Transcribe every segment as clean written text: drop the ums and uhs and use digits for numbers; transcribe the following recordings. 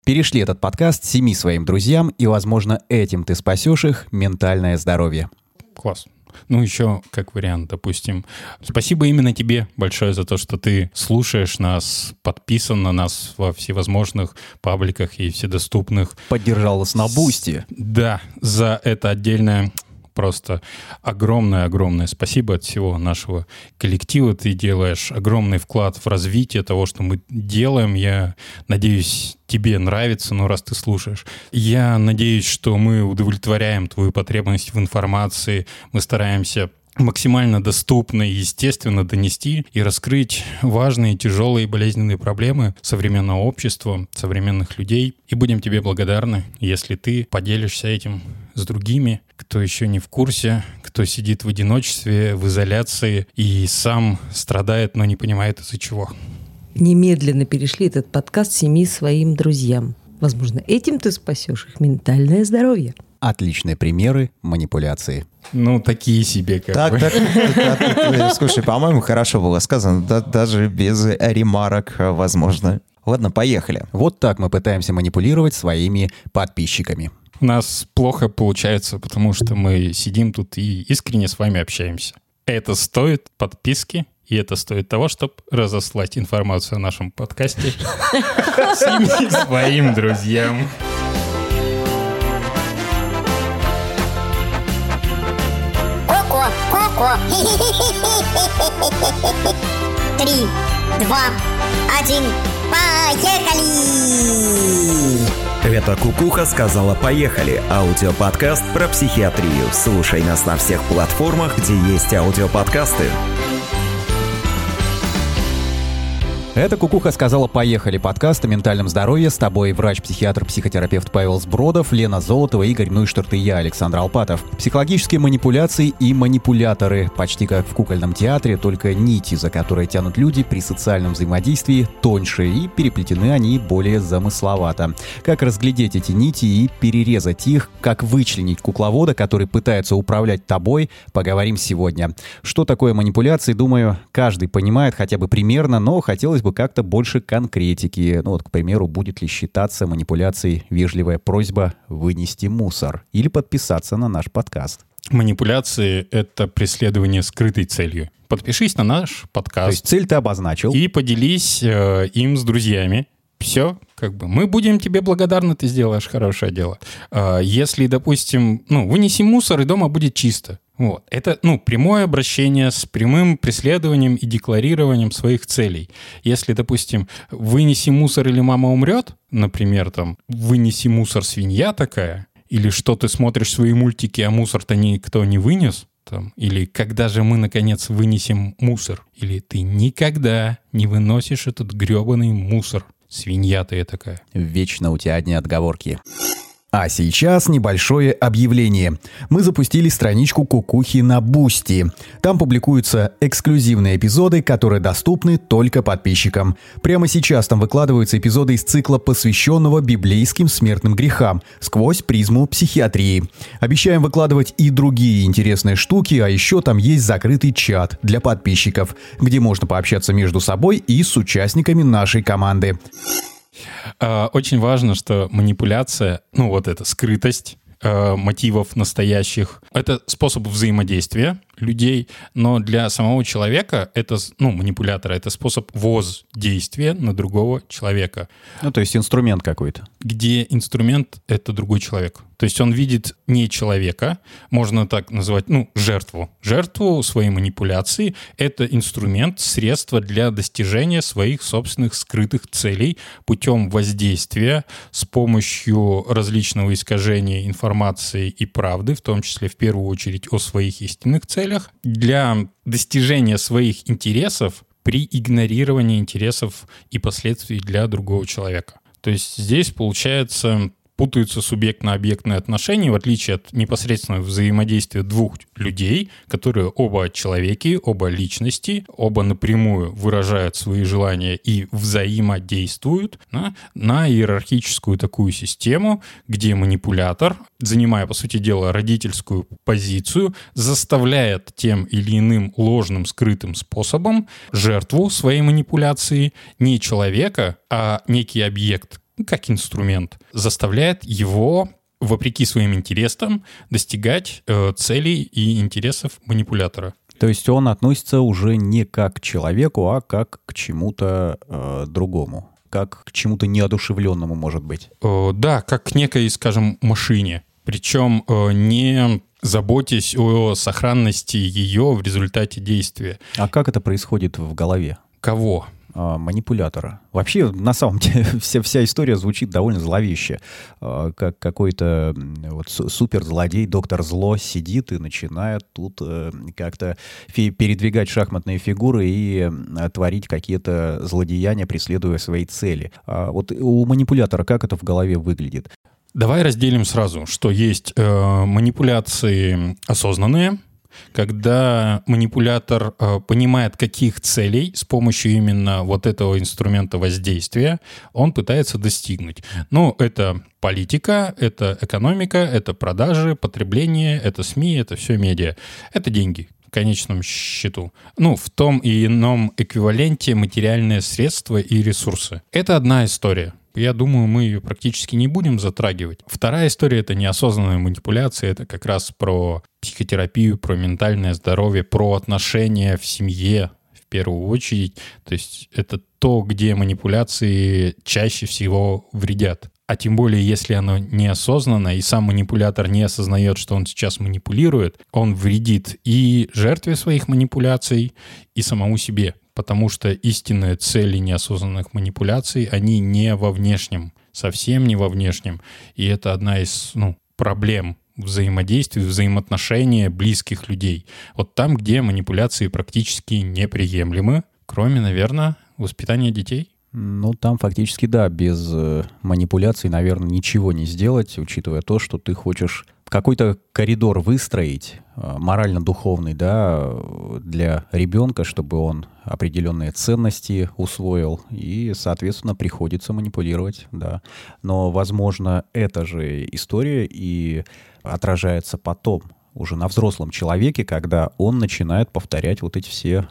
Перешли этот подкаст 7 своим друзьям, и, возможно, этим ты спасешь их ментальное здоровье. Класс. Ну, еще как вариант, допустим. Спасибо именно тебе большое за то, что ты слушаешь нас, подписан на нас во всевозможных пабликах и вседоступных. Поддержал нас на Бусти. Да, за это отдельное просто огромное-огромное спасибо от всего нашего коллектива. Ты делаешь огромный вклад в развитие того, что мы делаем. Я надеюсь, тебе нравится, но раз ты слушаешь. Я надеюсь, что мы удовлетворяем твою потребность в информации. Мы стараемся максимально доступно и естественно донести и раскрыть важные, тяжелые и болезненные проблемы современного общества, современных людей. И будем тебе благодарны, если ты поделишься этим с другими, кто еще не в курсе, кто сидит в одиночестве, в изоляции и сам страдает, но не понимает из-за чего. Немедленно перешли этот подкаст 7 своим друзьям. Возможно, этим ты спасешь их ментальное здоровье. Отличные примеры манипуляции. Ну, такие себе как бы. Так. Слушай, по-моему, хорошо было сказано, даже без ремарок, возможно. Ладно, поехали. Вот так мы пытаемся манипулировать своими подписчиками. У нас плохо получается, потому что мы сидим тут и искренне с вами общаемся. Это стоит подписки, и это стоит того, чтобы разослать информацию о нашем подкасте своим друзьям. Ко-ко. 3, 2, 1, поехали! Это «Кукуха сказала поехали» — аудиоподкаст про психиатрию. Слушай нас на всех платформах, где есть аудиоподкасты. Это «Кукуха сказала поехали» — подкаст о ментальном здоровье. С тобой врач-психиатр-психотерапевт Павел Сбродов, Лена Золотова, Игорь Нойштарт и я, Александр Алпатов. Психологические манипуляции и манипуляторы. Почти как в кукольном театре, только нити, за которые тянут люди при социальном взаимодействии, тоньше, и переплетены они более замысловато. Как разглядеть эти нити и перерезать их, как вычленить кукловода, который пытается управлять тобой, поговорим сегодня. Что такое манипуляции, думаю, каждый понимает хотя бы примерно, но хотелось бы как-то больше конкретики. Ну вот, к примеру, будет ли считаться манипуляцией вежливая просьба вынести мусор или подписаться на наш подкаст? Манипуляции — это преследование скрытой целью. Подпишись на наш подкаст. То есть цель ты обозначил. И поделись им с друзьями. Все, как бы мы будем тебе благодарны, ты сделаешь хорошее дело. Если, допустим, вынеси мусор, и дома будет чисто. Вот. Это, прямое обращение с прямым преследованием и декларированием своих целей. Если, допустим, вынеси мусор или мама умрет, например, вынеси мусор, свинья такая, или что ты смотришь свои мультики, а мусор-то никто не вынес, или когда же мы, наконец, вынесем мусор, или ты никогда не выносишь этот гребаный мусор, свинья ты такая. Вечно у тебя одни отговорки. А сейчас небольшое объявление. Мы запустили страничку Кукухи на Бусти. Там публикуются эксклюзивные эпизоды, которые доступны только подписчикам. Прямо сейчас там выкладываются эпизоды из цикла, посвященного библейским смертным грехам, сквозь призму психиатрии. Обещаем выкладывать и другие интересные штуки, а еще там есть закрытый чат для подписчиков, где можно пообщаться между собой и с участниками нашей команды. Очень важно, что манипуляция, эта скрытость мотивов настоящих, это способ взаимодействия людей, но для самого человека это, манипулятора, это способ воздействия на другого человека. То есть инструмент какой-то. Где инструмент — это другой человек. То есть он видит не человека, можно так назвать, жертву. Жертву своей манипуляции — это инструмент, средство для достижения своих собственных скрытых целей путем воздействия с помощью различного искажения информации и правды, в том числе в первую очередь о своих истинных целях, для достижения своих интересов при игнорировании интересов и последствий для другого человека. То есть здесь, получается, путаются субъектно-объектные отношения, в отличие от непосредственного взаимодействия двух людей, которые оба человеки, оба личности, оба напрямую выражают свои желания и взаимодействуют на иерархическую такую систему, где манипулятор, занимая, по сути дела, родительскую позицию, заставляет тем или иным ложным, скрытым способом жертву своей манипуляции не человека, а некий объект, как инструмент, заставляет его, вопреки своим интересам, достигать целей и интересов манипулятора. То есть он относится уже не как к человеку, а как к чему-то другому, как к чему-то неодушевленному, может быть. Да, как к некой, скажем, машине. Причем не заботясь о сохранности ее в результате действия. А как это происходит в голове? Кого? Манипулятора. Вообще, на самом деле, вся история звучит довольно зловеще. Как какой-то вот суперзлодей, доктор Зло сидит и начинает тут как-то передвигать шахматные фигуры и творить какие-то злодеяния, преследуя свои цели. Вот у манипулятора как это в голове выглядит? Давай разделим сразу, что есть манипуляции осознанные, когда манипулятор понимает, каких целей с помощью именно вот этого инструмента воздействия он пытается достигнуть. Ну, это политика, это экономика, это продажи, потребление, это СМИ, это все медиа. Это деньги в конечном счету. Ну, в том и ином эквиваленте материальные средства и ресурсы. Это одна история. Я думаю, мы ее практически не будем затрагивать. Вторая история — это неосознанная манипуляция. Это как раз про психотерапию, про ментальное здоровье, про отношения в семье в первую очередь. То есть это то, где манипуляции чаще всего вредят. А тем более, если оно неосознанно, и сам манипулятор не осознает, что он сейчас манипулирует, он вредит и жертве своих манипуляций, и самому себе. Потому что истинные цели неосознанных манипуляций, они не во внешнем, совсем не во внешнем. И это одна из проблем взаимодействия, взаимоотношения близких людей. Вот там, где манипуляции практически неприемлемы, кроме, наверное, воспитания детей. Ну, там фактически, да, без манипуляций, наверное, ничего не сделать, учитывая то, что ты хочешь какой-то коридор выстроить, морально-духовный, да, для ребенка, чтобы он определенные ценности усвоил, и, соответственно, приходится манипулировать, да. Но, возможно, эта же история и отражается потом, уже на взрослом человеке, когда он начинает повторять вот эти все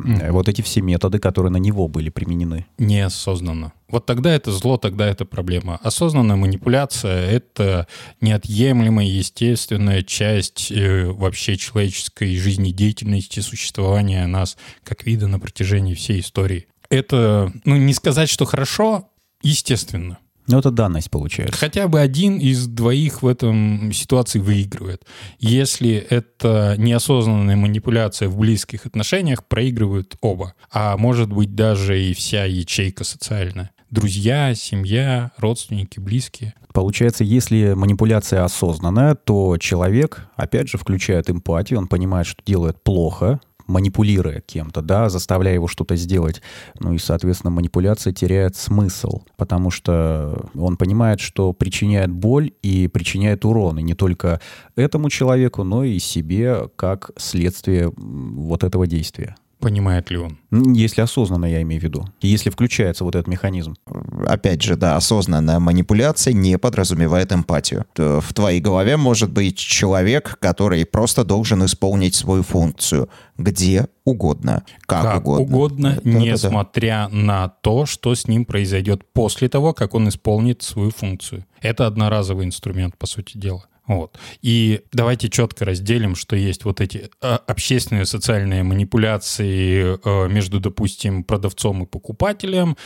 методы, которые на него были применены. Неосознанно. Вот тогда это зло, тогда это проблема. Осознанная манипуляция — это неотъемлемая, естественная часть вообще человеческой жизнедеятельности, существования нас как вида на протяжении всей истории. Это, не сказать, что хорошо, естественно. Ну, это данность получается. Хотя бы один из двоих в этом ситуации выигрывает. Если это неосознанная манипуляция в близких отношениях, проигрывают оба. А может быть даже и вся ячейка социальная. Друзья, семья, родственники, близкие. Получается, если манипуляция осознанная, то человек, опять же, включает эмпатию, он понимает, что делает плохо, манипулируя кем-то, да, заставляя его что-то сделать. Ну и, соответственно, манипуляция теряет смысл, потому что он понимает, что причиняет боль и причиняет урон, и не только этому человеку, но и себе как следствие вот этого действия. Понимает ли он? Если осознанно, я имею в виду. Если включается вот этот механизм. Опять же, да, осознанная манипуляция не подразумевает эмпатию. В твоей голове может быть человек, который просто должен исполнить свою функцию где угодно, как угодно. Несмотря на то, что с ним произойдет после того, как он исполнит свою функцию. Это одноразовый инструмент, по сути дела. Вот. И давайте четко разделим, что есть вот эти общественные социальные манипуляции между, допустим, продавцом и покупателем,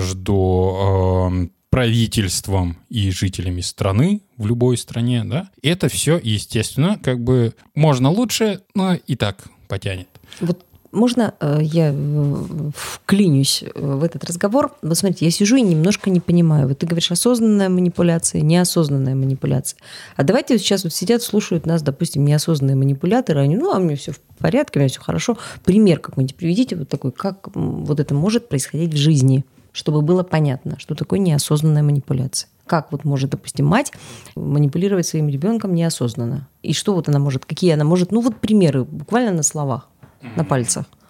между правительством и жителями страны в любой стране, да. И это все, естественно, как бы можно лучше, но и так потянет. Вот можно я вклинюсь в этот разговор? Вот смотрите, я сижу и немножко не понимаю. Вот ты говоришь, осознанная манипуляция, неосознанная манипуляция. А давайте вот сейчас вот сидят, слушают нас, допустим, неосознанные манипуляторы, они, у меня все в порядке, у меня все хорошо. Пример какой-нибудь приведите вот такой, как вот это может происходить в жизни, чтобы было понятно, что такое неосознанная манипуляция. Как вот может, допустим, мать манипулировать своим ребенком неосознанно? И что вот она может, какие она может, примеры буквально на словах. На пальцах.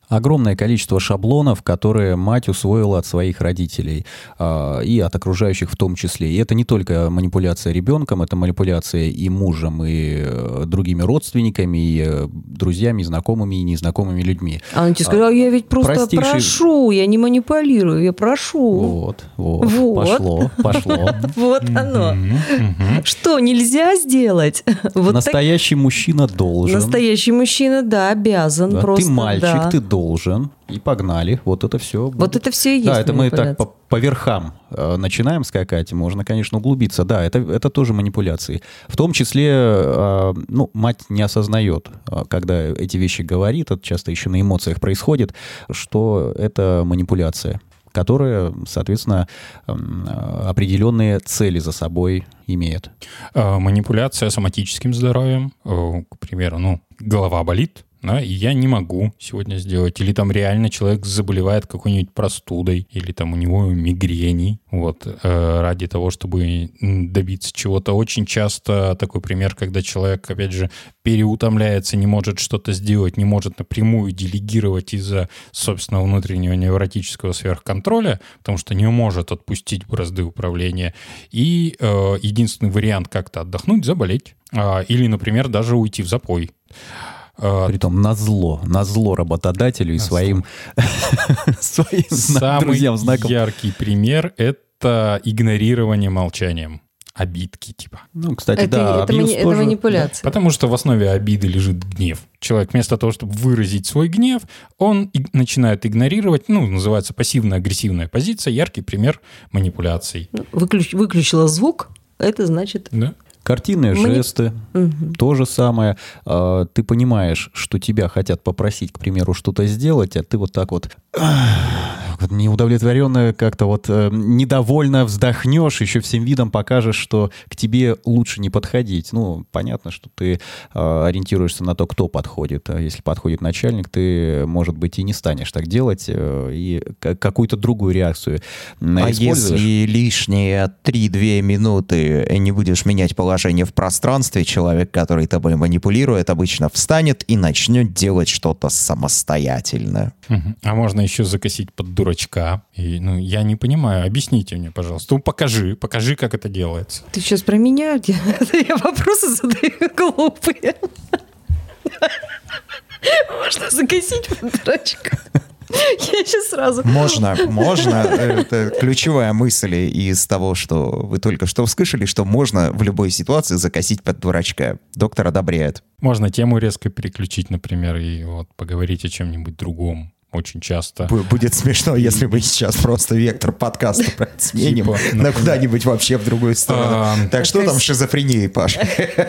Огромное количество шаблонов, которые мать усвоила от своих родителей и от окружающих в том числе. И это не только манипуляция ребенком, это манипуляция и мужем, и другими родственниками, и друзьями, и знакомыми, и незнакомыми людьми. Она тебе сказала, я ведь просто прошу, я не манипулирую, я прошу. Вот. Пошло. Вот оно. Что, нельзя сделать? Настоящий мужчина должен. Настоящий мужчина, да, обязан. Ты мальчик, ты должен. И погнали. Вот это все. Вот это все и есть. Да, это мы так по верхам начинаем скакать. Можно, конечно, углубиться. Да, это тоже манипуляции. В том числе, мать не осознает, когда эти вещи говорит, это часто еще на эмоциях происходит, что это манипуляция, которая, соответственно, определенные цели за собой имеет. Манипуляция соматическим здоровьем. К примеру, голова болит, да, и я не могу сегодня сделать. Или там реально человек заболевает какой-нибудь простудой, или там у него мигрени, ради того, чтобы добиться чего-то. Очень часто такой пример, когда человек, опять же, переутомляется, не может что-то сделать, не может напрямую делегировать из-за собственного внутреннего невротического сверхконтроля, потому что не может отпустить бразды управления. И единственный вариант как-то отдохнуть — заболеть. Или, например, даже уйти в запой. Притом назло работодателю и своим друзьям, знакомым. Самый яркий пример — это игнорирование молчанием. Обидки, типа. Кстати, это манипуляция. Потому что в основе обиды лежит гнев. Человек вместо того, чтобы выразить свой гнев, он начинает игнорировать, называется пассивно-агрессивная позиция, яркий пример манипуляций. Выключила звук, это значит... Да. Картинные жесты, то же самое. Ты понимаешь, что тебя хотят попросить, к примеру, что-то сделать, а ты вот так вот неудовлетворенно как-то недовольно вздохнешь, еще всем видом покажешь, что к тебе лучше не подходить. Понятно, что ты ориентируешься на то, кто подходит. А если подходит начальник, ты, может быть, и не станешь так делать, и какую-то другую реакцию используешь. Если лишние 3-2 минуты не будешь менять положение в пространстве, человек, который тобой манипулирует, обычно встанет и начнет делать что-то самостоятельно. А можно еще закосить под дурачка. И, я не понимаю. Объясните мне, пожалуйста. Покажи, как это делается. Ты сейчас про меня? Я вопросы задаю глупые. Можно закосить под дурачка. Я сейчас сразу... Можно. Это ключевая мысль из того, что вы только что услышали, что можно в любой ситуации закосить под дурачка. Доктор одобряет. Можно тему резко переключить, например, и поговорить о чем-нибудь другом. Очень часто. Будет смешно, если мы сейчас просто вектор подкаста сменим на куда-нибудь вообще в другую сторону. Так что там шизофрения, Паш?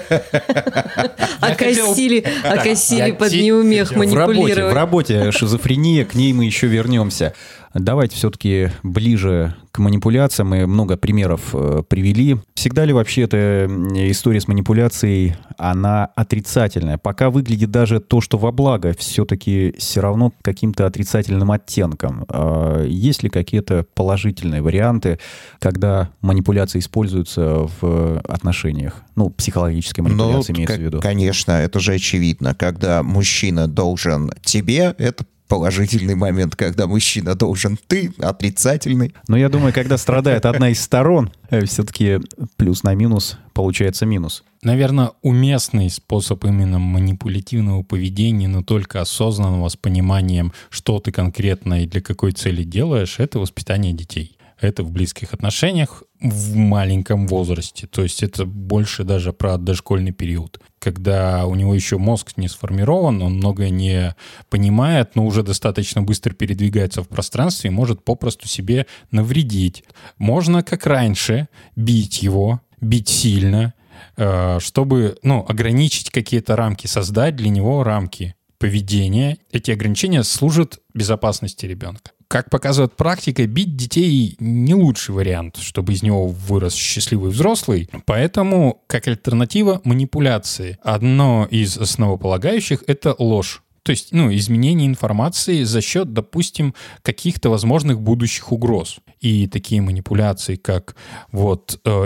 Окосили под неумех манипулировать. В работе шизофрения, к ней мы еще вернемся. Давайте все-таки ближе к манипуляциям. Мы много примеров привели. Всегда ли вообще эта история с манипуляцией, она отрицательная? Пока выглядит даже то, что во благо, все-таки все равно каким-то отрицательным оттенком. Есть ли какие-то положительные варианты, когда манипуляции используются в отношениях? Психологическая манипуляция имеется в виду. Конечно, это же очевидно. Когда мужчина должен тебе, это положительный момент, когда мужчина должен ты, отрицательный. Но я думаю, когда страдает одна из сторон, все-таки плюс на минус получается минус. Наверное, уместный способ именно манипулятивного поведения, но только осознанного, с пониманием, что ты конкретно и для какой цели делаешь, это воспитание детей. Это в близких отношениях в маленьком возрасте. То есть это больше даже про дошкольный период. Когда у него еще мозг не сформирован, он многое не понимает, но уже достаточно быстро передвигается в пространстве и может попросту себе навредить. Можно, как раньше, бить его, бить сильно, чтобы ограничить какие-то рамки, создать для него рамки поведения. Эти ограничения служат безопасности ребенка. Как показывает практика, бить детей не лучший вариант, чтобы из него вырос счастливый взрослый. Поэтому, как альтернатива манипуляции, одно из основополагающих — это ложь. То есть, изменение информации за счет, допустим, каких-то возможных будущих угроз. И такие манипуляции, как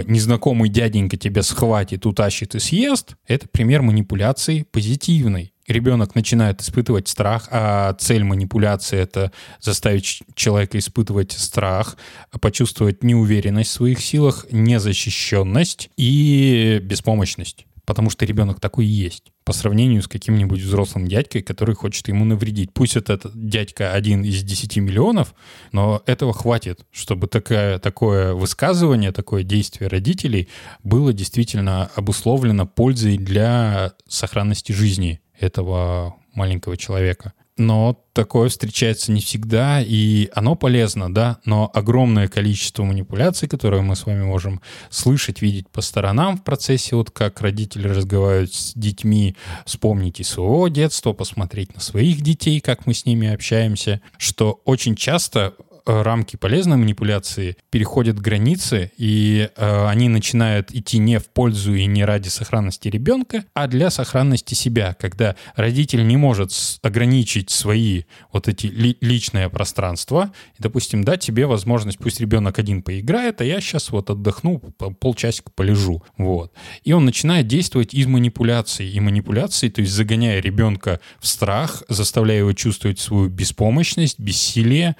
незнакомый дяденька тебя схватит, утащит и съест, это пример манипуляции позитивной. ребенок начинает испытывать страх, а цель манипуляции — это заставить человека испытывать страх, почувствовать неуверенность в своих силах, незащищенность и беспомощность. Потому что ребенок такой и есть. По сравнению с каким-нибудь взрослым дядькой, который хочет ему навредить. Пусть этот дядька 1 из 10 миллионов, но этого хватит, чтобы такое высказывание, такое действие родителей было действительно обусловлено пользой для сохранности жизни этого маленького человека. Но такое встречается не всегда, и оно полезно, да, но огромное количество манипуляций, которые мы с вами можем слышать, видеть по сторонам в процессе, вот как родители разговаривают с детьми, вспомнить из своего детства, посмотреть на своих детей, как мы с ними общаемся, что очень часто рамки полезной манипуляции переходят границы, и они начинают идти не в пользу и не ради сохранности ребенка, а для сохранности себя, когда родитель не может ограничить свои вот эти личное пространство и, допустим, дать тебе возможность, пусть ребенок один поиграет, а я сейчас вот отдохну, полчасика полежу. Вот. И он начинает действовать из манипуляций. И манипуляции, то есть загоняя ребенка в страх, заставляя его чувствовать свою беспомощность, бессилие,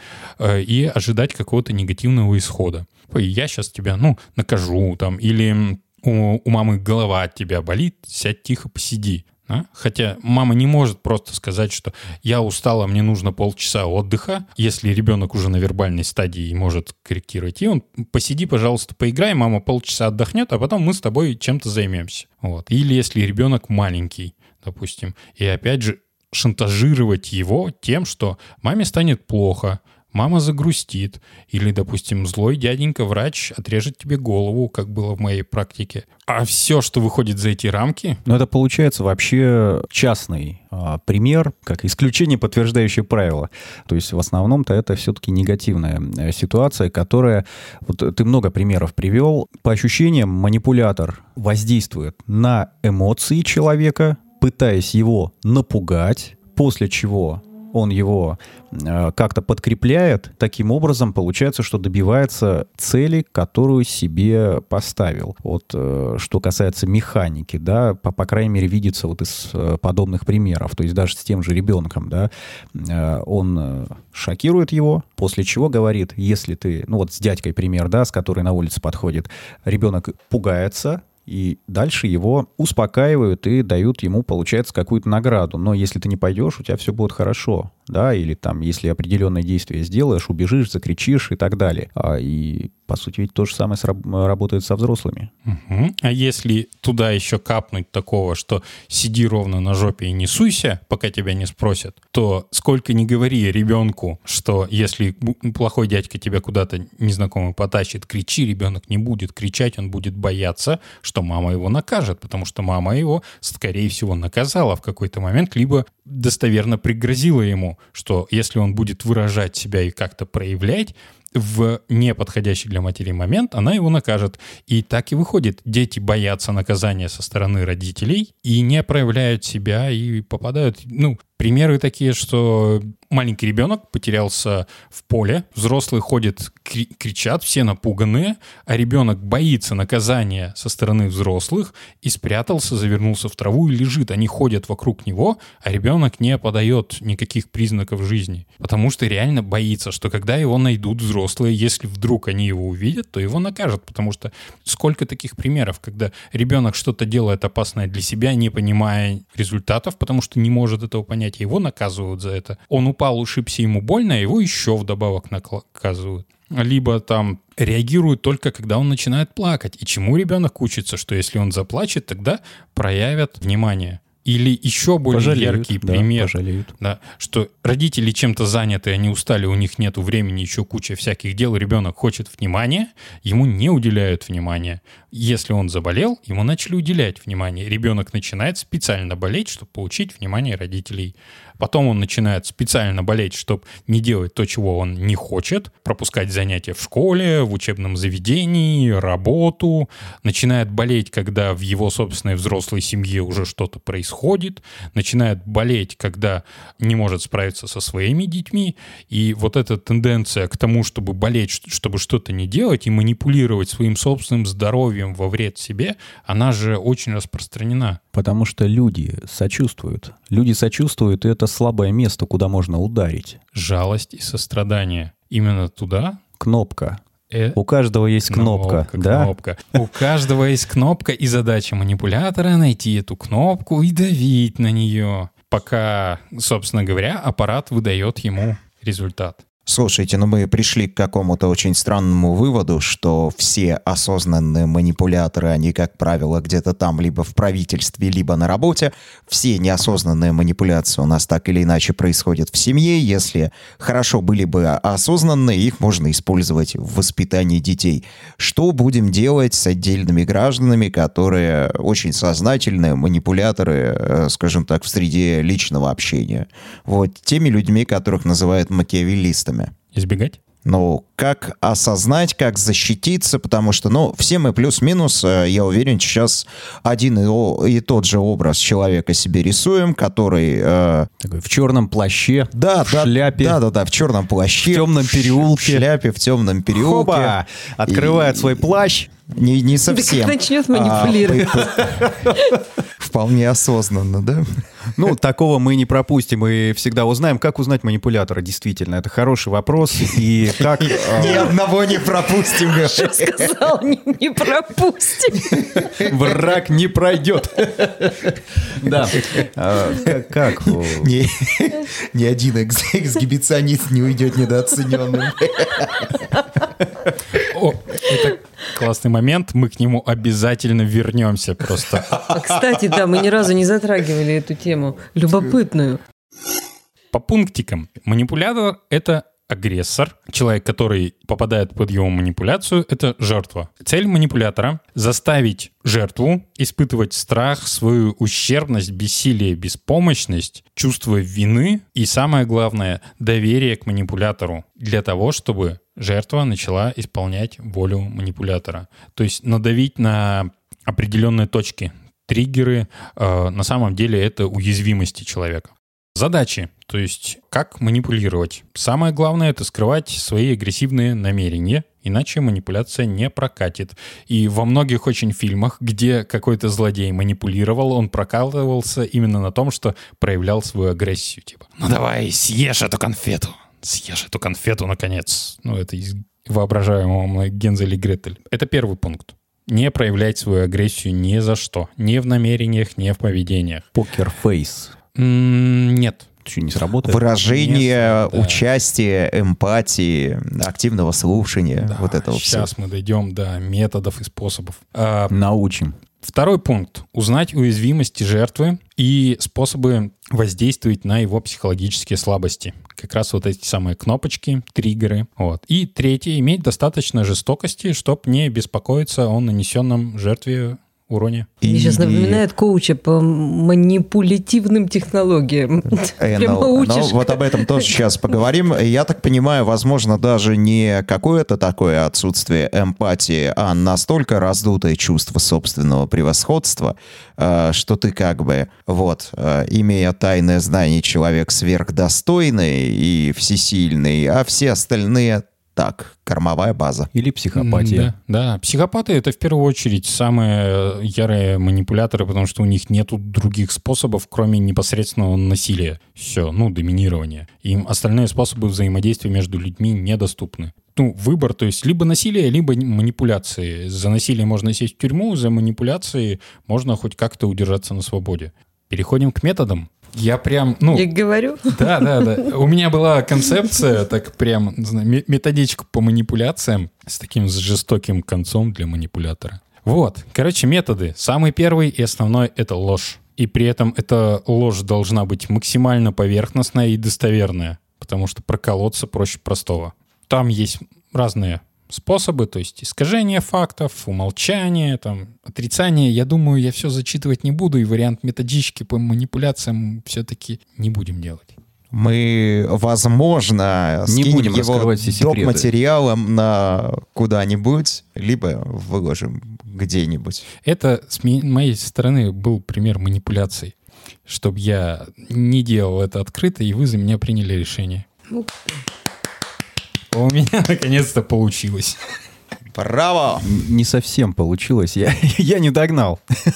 и ожидать какого-то негативного исхода. Я сейчас тебя, накажу, там, или у мамы голова от тебя болит, сядь тихо, посиди. Да? Хотя мама не может просто сказать, что я устала, мне нужно полчаса отдыха, если ребенок уже на вербальной стадии и может корректировать. И он: посиди, пожалуйста, поиграй, мама полчаса отдохнет, а потом мы с тобой чем-то займемся. Вот. Или если ребенок маленький, допустим, и опять же шантажировать его тем, что маме станет плохо, мама загрустит, или, допустим, злой дяденька-врач отрежет тебе голову, как было в моей практике. А все, что выходит за эти рамки... Но это получается вообще частный пример, как исключение, подтверждающее правило. То есть в основном-то это все-таки негативная ситуация, которая... Вот ты много примеров привел. По ощущениям, манипулятор воздействует на эмоции человека, пытаясь его напугать, после чего он его как-то подкрепляет. Таким образом, получается, что добивается цели, которую себе поставил. Вот что касается механики, да, по крайней мере, видится вот из подобных примеров. То есть даже с тем же ребенком, да, он шокирует его, после чего говорит: если ты, вот с дядькой пример, да, с которой на улице подходит, ребенок пугается, и дальше его успокаивают и дают ему, получается, какую-то награду. Но если ты не пойдешь, у тебя все будет хорошо. Да? Или там, если определенное действие сделаешь, убежишь, закричишь и так далее. И, по сути, ведь то же самое работает со взрослыми. Угу. А если туда еще капнуть такого, что сиди ровно на жопе и не суйся, пока тебя не спросят, то сколько ни говори ребенку, что если плохой дядька тебя куда-то незнакомый потащит, кричи, ребенок не будет кричать, он будет бояться, что мама его накажет, потому что мама его, скорее всего, наказала в какой-то момент, либо достоверно пригрозила ему, что если он будет выражать себя и как-то проявлять в неподходящий для матери момент, она его накажет. И так и выходит. Дети боятся наказания со стороны родителей и не проявляют себя и попадают... Примеры такие, что маленький ребенок потерялся в поле, взрослые ходят, кричат, все напуганные, а ребенок боится наказания со стороны взрослых и спрятался, завернулся в траву и лежит. Они ходят вокруг него, а ребенок не подает никаких признаков жизни, потому что реально боится, что когда его найдут взрослые, если вдруг они его увидят, то его накажут, потому что сколько таких примеров, когда ребенок что-то делает опасное для себя, не понимая результатов, потому что не может этого понять, его наказывают за это. Он упал, ушибся, ему больно, а его еще вдобавок наказывают. Либо там реагируют только, когда он начинает плакать. И чему ребенок учится? Что если он заплачет, тогда проявят внимание. Или еще более яркий пример, да, что родители чем-то заняты, они устали, у них нет времени, еще куча всяких дел, ребенок хочет внимания, ему не уделяют внимания. Если он заболел, ему начали уделять внимание. Ребенок начинает специально болеть, чтобы получить внимание родителей. Потом он начинает специально болеть, чтобы не делать то, чего он не хочет, пропускать занятия в школе, в учебном заведении, работу. Начинает болеть, когда в его собственной взрослой семье уже что-то происходит. Начинает болеть, когда не может справиться со своими детьми. И вот эта тенденция к тому, чтобы болеть, чтобы что-то не делать и манипулировать своим собственным здоровьем во вред себе, она же очень распространена. Потому что люди сочувствуют. Люди сочувствуют, и это слабое место, куда можно ударить. Жалость и сострадание. Именно туда... Кнопка. У каждого есть кнопка, да? Кнопка. У каждого есть кнопка, и задача манипулятора — найти эту кнопку и давить на нее, пока, собственно говоря, аппарат выдает ему результат. Слушайте, мы пришли к какому-то очень странному выводу, что все осознанные манипуляторы, они, как правило, где-то там, либо в правительстве, либо на работе. Все неосознанные манипуляции у нас так или иначе происходят в семье. Если хорошо были бы осознанные, их можно использовать в воспитании детей. Что будем делать с отдельными гражданами, которые очень сознательные манипуляторы, скажем так, в среде личного общения? Вот теми людьми, которых называют макиавеллистами. Избегать? Ну, как осознать, как защититься, потому что, все мы плюс-минус, я уверен, сейчас один и тот же образ человека себе рисуем, который... Такой в черном плаще, в шляпе. Да, в черном плаще. В темном переулке. В шляпе, в темном переулке. Хоба! Открывает свой плащ. Не совсем. Да как начнет манипулировать. Вполне осознанно, да? Такого мы не пропустим и всегда узнаем. Как узнать манипулятора, действительно? Это хороший вопрос. И как... Ни одного не пропустим. Что сказал, не пропустим. Враг не пройдет. Да. Как? Ни один эксгибиционист не уйдет недооцененным. О, это классный момент, мы к нему обязательно вернемся просто. Кстати, да, мы ни разу не затрагивали эту тему любопытную. По пунктикам. Манипулятор — это агрессор. Человек, который попадает под его манипуляцию, это жертва. Цель манипулятора — заставить жертву испытывать страх, свою ущербность, бессилие, беспомощность, чувство вины и, самое главное, доверие к манипулятору для того, чтобы жертва начала исполнять волю манипулятора. То есть надавить на определенные точки, триггеры, на самом деле это уязвимости человека. Задачи, то есть как манипулировать. Самое главное — это скрывать свои агрессивные намерения, иначе манипуляция не прокатит. И во многих очень фильмах, где какой-то злодей манипулировал, он прокалывался именно на том, что проявлял свою агрессию. Типа, давай, съешь эту конфету. Съешь эту конфету, наконец. Это из воображаемого Гензель и Гретель. Это первый пункт. Не проявлять свою агрессию ни за что. Ни в намерениях, ни в поведениях. Покерфейс. Нет. Что, не сработает? Выражение участия, эмпатии, активного слушания. Да, вот этого сейчас всего. мы дойдем до методов и способов. Научим. Второй пункт. Узнать уязвимости жертвы и способы воздействовать на его психологические слабости. Как раз вот эти самые кнопочки, триггеры. Вот. И третье. Иметь достаточно жестокости, чтобы не беспокоиться о нанесенном жертве уроне. Мне сейчас напоминает коуча по манипулятивным технологиям. Прямо учишь. Вот об этом тоже сейчас поговорим. Я так понимаю, возможно, даже не какое-то такое отсутствие эмпатии, а настолько раздутое чувство собственного превосходства, что ты имея тайное знание, человек сверхдостойный и всесильный, а все остальные так, кормовая база. Или психопатия. Да, психопаты — это в первую очередь самые ярые манипуляторы, потому что у них нету других способов, кроме непосредственного насилия. Все, доминирования. Им остальные способы взаимодействия между людьми недоступны. Выбор, то есть либо насилие, либо манипуляции. За насилие можно сесть в тюрьму, за манипуляции можно хоть как-то удержаться на свободе. Переходим к методам. Я прям, Я говорю. Да. У меня была концепция, так прям, методичка по манипуляциям с таким жестоким концом для манипулятора. Методы. Самый первый и основной — это ложь. И при этом эта ложь должна быть максимально поверхностная и достоверная, потому что проколоться проще простого. Там есть разные способы, то есть искажение фактов, умолчание, отрицание. Я думаю, я все зачитывать не буду, и вариант методички по манипуляциям все-таки не будем делать. Мы, возможно, не скинем будем его все доп. Секреты. Материалом на куда-нибудь, либо выложим где-нибудь. Это с моей стороны был пример манипуляций, чтобы я не делал это открыто, и вы за меня приняли решение. У меня наконец-то получилось. Браво! Не совсем получилось. Я не догнал.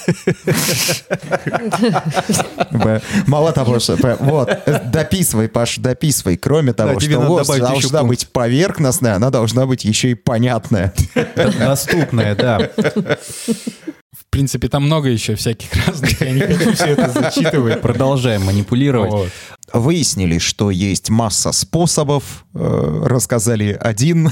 Мало того, что... Вот, дописывай, Паш, дописывай. Кроме того, тебе что надо ложь добавить еще должна пункт. быть поверхностная, она должна быть еще и понятная. Доступное, да. В принципе, там много еще всяких разных, я не хочу все это зачитывать. Продолжаем манипулировать. Вот. Выяснили, что есть масса способов, рассказали один.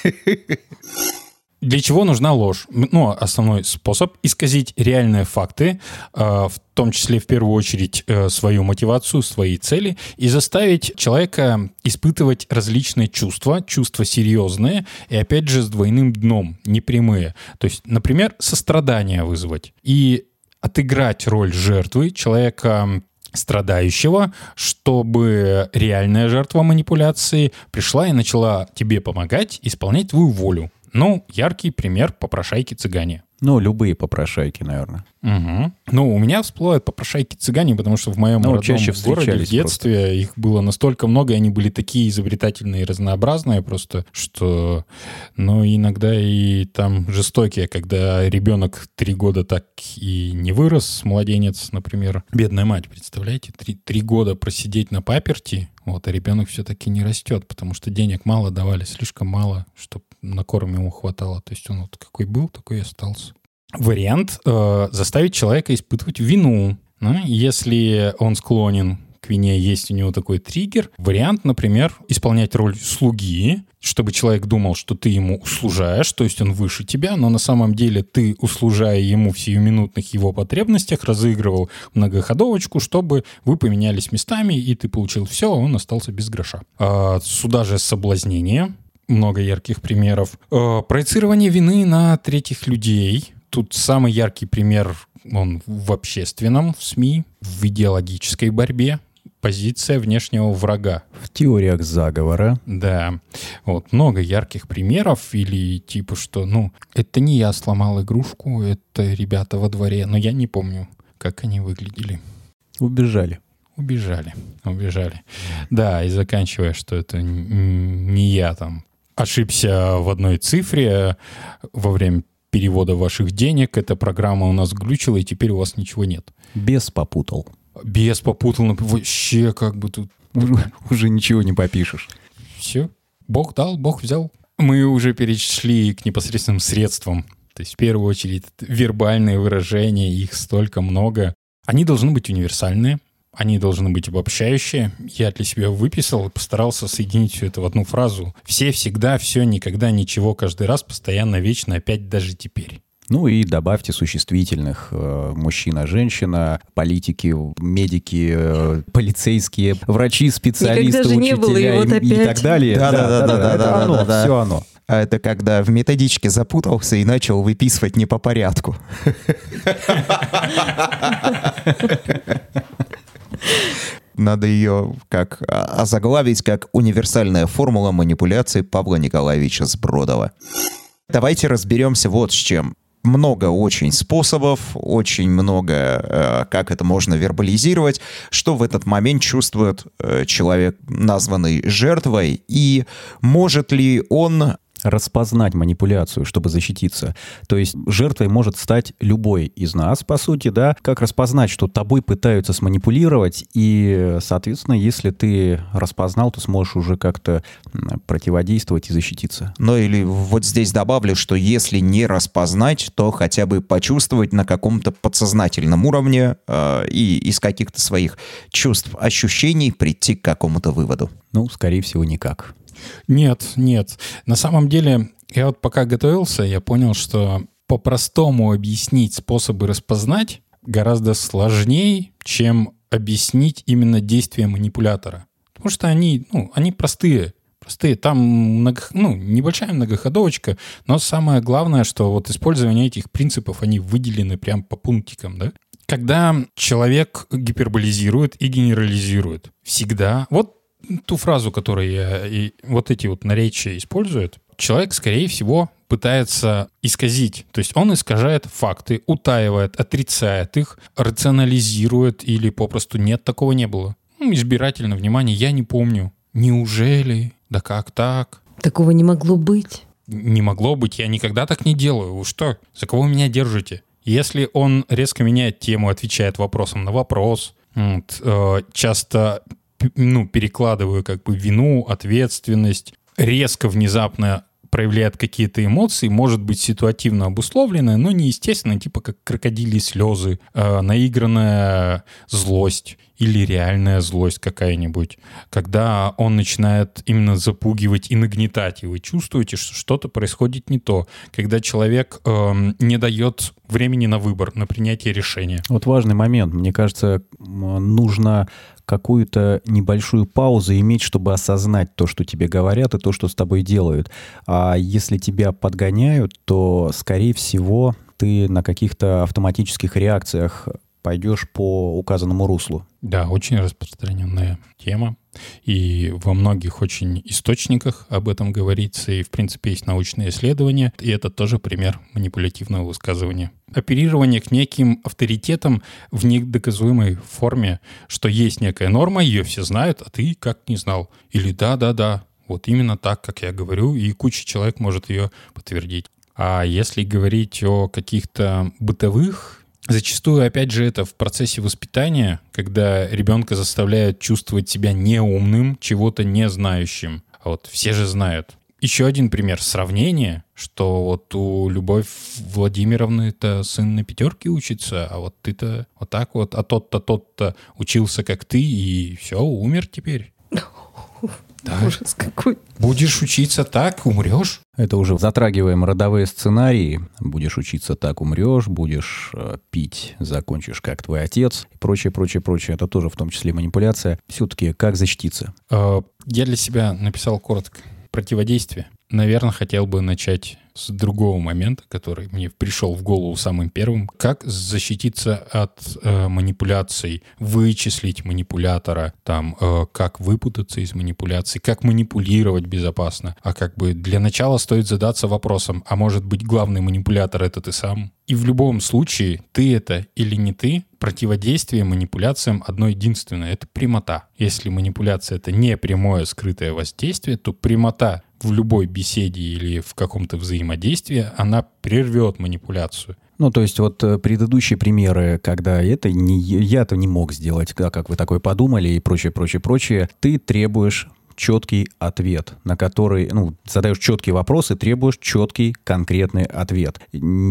Для чего нужна ложь? Ну, основной способ — исказить реальные факты, в том числе, в первую очередь, свою мотивацию, свои цели, и заставить человека испытывать различные чувства, чувства серьезные, и, опять же, с двойным дном, непрямые. То есть, например, сострадание вызвать и отыграть роль жертвы, человека страдающего, чтобы реальная жертва манипуляции пришла и начала тебе помогать исполнять твою волю. Ну, яркий пример — попрошайки-цыгане. Ну, любые попрошайки, наверное. Угу. Ну, у меня всплывают попрошайки-цыгане, потому что в моем родном чаще городе в встречались детстве их было настолько много, и они были такие изобретательные и разнообразные просто, что, ну, иногда и там жестокие, когда ребенок 3 года так и не вырос, младенец, например. Бедная мать, представляете, 3 года просидеть на паперти, вот, а ребенок все-таки не растет, потому что денег мало давали, слишком мало, чтобы на корм ему хватало. То есть он вот какой был, такой и остался. Вариант заставить человека испытывать вину. Ну, если он склонен к вине, есть у него такой триггер. Вариант, например, исполнять роль слуги, чтобы человек думал, что ты ему услужаешь, то есть он выше тебя, но на самом деле ты, услужая ему в сиюминутных его потребностях, разыгрывал многоходовочку, чтобы вы поменялись местами, и ты получил все, а он остался без гроша. Сюда же соблазнение. Много ярких примеров. Проецирование вины на третьих людей. Тут самый яркий пример, он в общественном, в СМИ, в идеологической борьбе. Позиция внешнего врага. В теориях заговора. Да. Вот, много ярких примеров. Или типа, что, ну, это не я сломал игрушку, это ребята во дворе. Но я не помню, как они выглядели. Убежали. Убежали. Да, и заканчивая, что это не я там ошибся в одной цифре во время перевода ваших денег, эта программа у нас глючила, и теперь у вас ничего нет. Без попутал. Без попутал, вообще как бы тут... Уже ничего не попишешь. Все. Бог дал, Бог взял. Мы уже перешли к непосредственным средствам. То есть в первую очередь вербальные выражения, их столько много. Они должны быть универсальные. Они должны быть обобщающие. Я для себя выписал и постарался соединить все это в одну фразу. Все, всегда, все, никогда, ничего, каждый раз, постоянно, вечно, опять, даже теперь. Ну и добавьте существительных. Мужчина, женщина, политики, медики, полицейские, врачи, специалисты, Никогда же не было, и учителя вот и опять. так далее. Да. Все оно. А это когда в методичке запутался и начал выписывать не по порядку. Надо ее как озаглавить как универсальная формула манипуляции Павла Николаевича Сбродова. Давайте разберемся вот с чем. Много очень способов, очень много, как это можно вербализировать, что в этот момент чувствует человек, названный жертвой, и может ли он распознать манипуляцию, чтобы защититься. То есть жертвой может стать любой из нас, по сути, да. Как распознать, что тобой пытаются сманипулировать, и, соответственно, если ты распознал, то сможешь уже как-то противодействовать и защититься. Ну или вот здесь добавлю, что если не распознать, то хотя бы почувствовать на каком-то подсознательном уровне и из каких-то своих чувств, ощущений прийти к какому-то выводу. Ну, скорее всего, никак. Нет. На самом деле, я вот пока готовился, я понял, что по-простому объяснить способы распознать гораздо сложнее, чем объяснить именно действия манипулятора. Потому что они простые. Там небольшая многоходовочка, но самое главное, что вот использование этих принципов, они выделены прям по пунктикам, да? Когда человек гиперболизирует и генерализирует, всегда... Вот ту фразу, которую вот эти вот наречия используют, человек, скорее всего, пытается исказить. То есть он искажает факты, утаивает, отрицает их, рационализирует или попросту нет, такого не было. Избирательно, внимание, я не помню. Неужели? Да как так? Такого не могло быть. не могло быть, я никогда так не делаю. Вы что? За кого вы меня держите? Если он резко меняет тему, отвечает вопросом на вопрос, часто перекладываю как бы вину, ответственность, резко, внезапно проявляет какие-то эмоции, может быть ситуативно обусловленные, но неестественно, типа как крокодильи слезы, наигранная злость или реальная злость какая-нибудь. Когда он начинает именно запугивать и нагнетать, и вы чувствуете, что что-то происходит не то. Когда человек не дает времени на выбор, на принятие решения. Вот важный момент. Мне кажется, нужно какую-то небольшую паузу иметь, чтобы осознать то, что тебе говорят, и то, что с тобой делают. А если тебя подгоняют, то, скорее всего, ты на каких-то автоматических реакциях пойдешь по указанному руслу. Да, очень распространенная тема. И во многих очень источниках об этом говорится. И, в принципе, есть научные исследования. И это тоже пример манипулятивного высказывания. Оперирование к неким авторитетам в недоказуемой форме, что есть некая норма, ее все знают, а ты как не знал. Или да, вот именно так, как я говорю, и куча человек может ее подтвердить. А если говорить о каких-то бытовых, зачастую, опять же, это в процессе воспитания, когда ребенка заставляют чувствовать себя неумным, чего-то не знающим. А вот все же знают. Еще один пример сравнения, что вот у Любовь Владимировны-то сын на 5 учится, а вот ты-то вот так вот, а тот-то учился как ты, и все, умер теперь. Да. Ужас какой. Будешь учиться так, умрешь. Это уже затрагиваем родовые сценарии. Будешь учиться так, умрешь, будешь пить, закончишь как твой отец и прочее. Это тоже в том числе манипуляция. Все-таки как защититься? Я для себя написал коротко. Противодействие. Наверное, хотел бы начать с другого момента, который мне пришел в голову самым первым. Как защититься от манипуляций, вычислить манипулятора, как выпутаться из манипуляций, как манипулировать безопасно. А как бы для начала стоит задаться вопросом, а может быть главный манипулятор — это ты сам? И в любом случае, ты это или не ты, противодействие манипуляциям одно единственное — это прямота. Если манипуляция — это не прямое скрытое воздействие, то прямота в любой беседе или в каком-то взаимодействии, она прервет манипуляцию. Ну, то есть вот предыдущие примеры, когда я-то не мог сделать, как вы такое подумали и прочее, ты требуешь четкий ответ, на который, задаешь четкий вопрос и требуешь четкий конкретный ответ.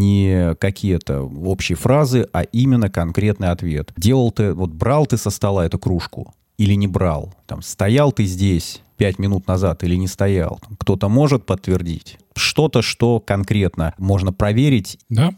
Не какие-то общие фразы, а именно конкретный ответ. Брал ты со стола эту кружку или не брал? Стоял ты здесь 5 минут назад или не стоял? Кто-то может подтвердить? Что-то, что конкретно можно проверить? Да.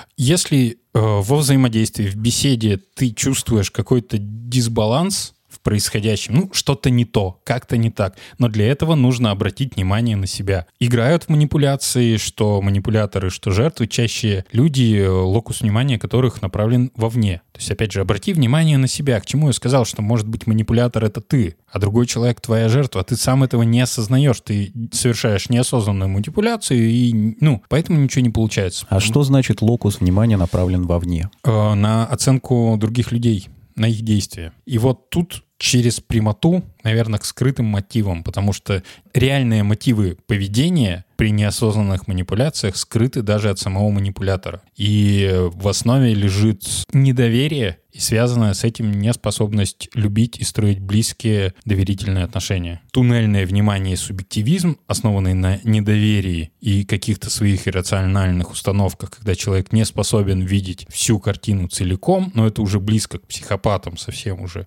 Если во взаимодействии, в беседе ты чувствуешь какой-то дисбаланс в происходящем, что-то не то, как-то не так. Но для этого нужно обратить внимание на себя. Играют в манипуляции, что манипуляторы, что жертвы, чаще люди, локус внимания которых направлен вовне. То есть, опять же, обрати внимание на себя. К чему я сказал, что, может быть, манипулятор — это ты, а другой человек — твоя жертва, а ты сам этого не осознаешь. Ты совершаешь неосознанную манипуляцию, и, поэтому ничего не получается. А что значит локус внимания направлен вовне? На оценку других людей, на их действия. И вот тут через прямоту, наверное, к скрытым мотивам, потому что реальные мотивы поведения при неосознанных манипуляциях скрыты даже от самого манипулятора. И в основе лежит недоверие и связанная с этим неспособность любить и строить близкие доверительные отношения. Туннельное внимание и субъективизм, основанный на недоверии и каких-то своих иррациональных установках, когда человек не способен видеть всю картину целиком, но это уже близко к психопатам совсем уже.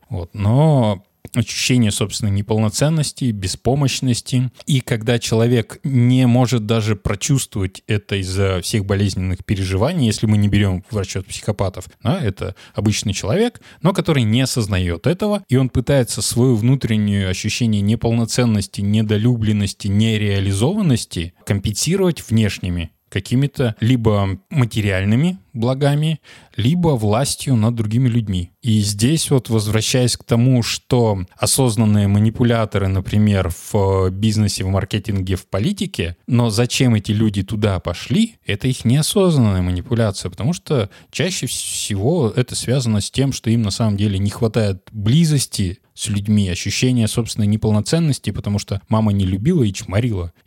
Но ощущение собственной неполноценности, беспомощности. И когда человек не может даже прочувствовать это из-за всех болезненных переживаний, если мы не берем в расчет психопатов, это обычный человек, но который не осознает этого, и он пытается свое внутреннее ощущение неполноценности, недолюбленности, нереализованности компенсировать внешними какими-то либо материальными благами, либо властью над другими людьми. И здесь возвращаясь к тому, что осознанные манипуляторы, например, в бизнесе, в маркетинге, в политике, но зачем эти люди туда пошли, это их неосознанная манипуляция, потому что чаще всего это связано с тем, что им на самом деле не хватает близости с людьми, ощущения собственной неполноценности, потому что мама не любила и чморила их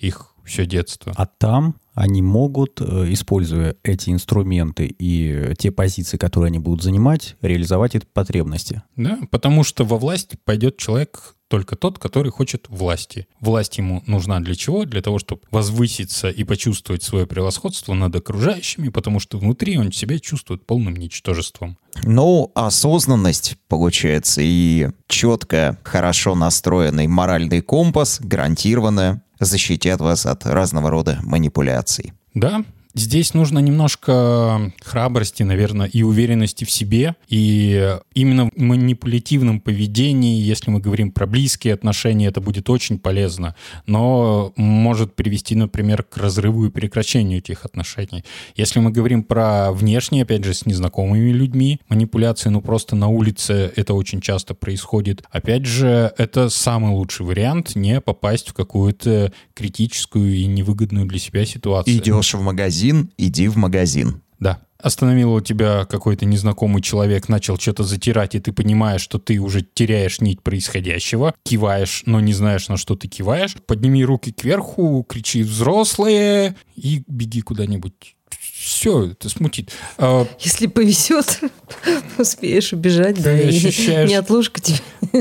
все детство. А там они могут, используя эти инструменты и те позиции, которые они будут занимать, реализовать эти потребности. Да, потому что во власть пойдет человек только тот, который хочет власти. Власть ему нужна для чего? Для того, чтобы возвыситься и почувствовать свое превосходство над окружающими, потому что внутри он себя чувствует полным ничтожеством. Ну, осознанность, получается, и четко, хорошо настроенный моральный компас гарантированно защитят вас от разного рода манипуляций. Да, здесь нужно немножко храбрости, наверное, и уверенности в себе. И именно в манипулятивном поведении, если мы говорим про близкие отношения, это будет очень полезно. Но может привести, например, к разрыву и прекращению этих отношений. Если мы говорим про внешние, опять же, с незнакомыми людьми, манипуляции, ну просто на улице это очень часто происходит. Опять же, это самый лучший вариант не попасть в какую-то критическую и невыгодную для себя ситуацию. Идешь в магазин, иди в магазин. Да. Остановил у тебя какой-то незнакомый человек, начал что-то затирать, и ты понимаешь, что ты уже теряешь нить происходящего, киваешь, но не знаешь, на что ты киваешь. Подними руки кверху, кричи «взрослые» и беги куда-нибудь. Все, это смутит. Если повезет, успеешь убежать, да, и неотложка тебя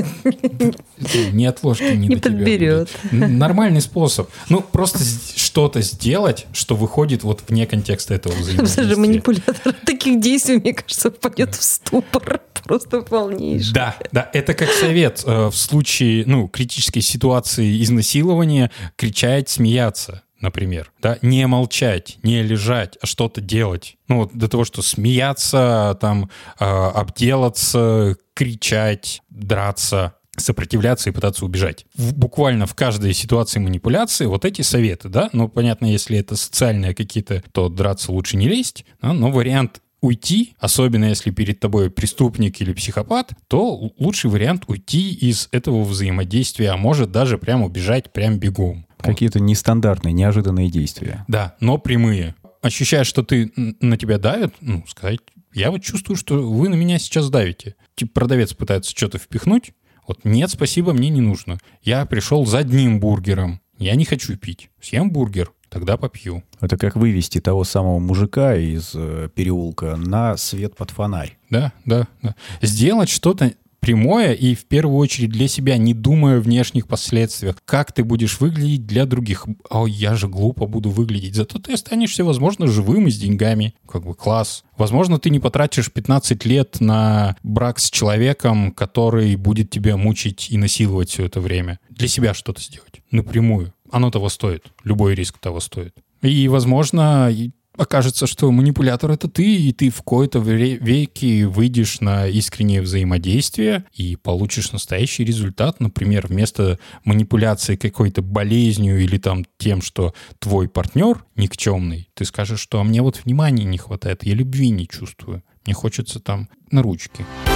неотложки не подберет. Нормальный способ. Ну, просто что-то сделать, что выходит вот вне контекста этого взаимодействия. Даже манипулятор таких действий, мне кажется, впадет в ступор. Просто полнейший. Да, это как совет в случае, критической ситуации изнасилования кричать, смеяться. Например, да, не молчать, не лежать, а что-то делать. До того, что смеяться, там, обделаться, кричать, драться, сопротивляться и пытаться убежать. Буквально в каждой ситуации манипуляции вот эти советы, да, понятно, если это социальные какие-то, то драться лучше не лезть, да? Но вариант уйти, особенно если перед тобой преступник или психопат, то лучший вариант уйти из этого взаимодействия, а может даже прям убежать прям бегом. Какие-то нестандартные, неожиданные действия. Да, но прямые. Ощущаешь, что на тебя давят, сказать, я вот чувствую, что вы на меня сейчас давите. Типа продавец пытается что-то впихнуть, нет, спасибо, мне не нужно. Я пришел за одним бургером, я не хочу пить. Съем бургер, тогда попью. Это как вывести того самого мужика из переулка на свет под фонарь. Да. Сделать что-то прямое и в первую очередь для себя, не думая о внешних последствиях. Как ты будешь выглядеть для других? Я же глупо буду выглядеть. Зато ты останешься, возможно, живым и с деньгами. Класс. Возможно, ты не потратишь 15 лет на брак с человеком, который будет тебя мучить и насиловать все это время. Для себя что-то сделать. Напрямую. Оно того стоит. Любой риск того стоит. И, возможно, окажется, что манипулятор — это ты, и ты в кои-то веки выйдешь на искреннее взаимодействие и получишь настоящий результат. Например, вместо манипуляции какой-то болезнью или там тем, что твой партнер никчемный, ты скажешь, что мне внимания не хватает, я любви не чувствую, мне хочется там на ручки.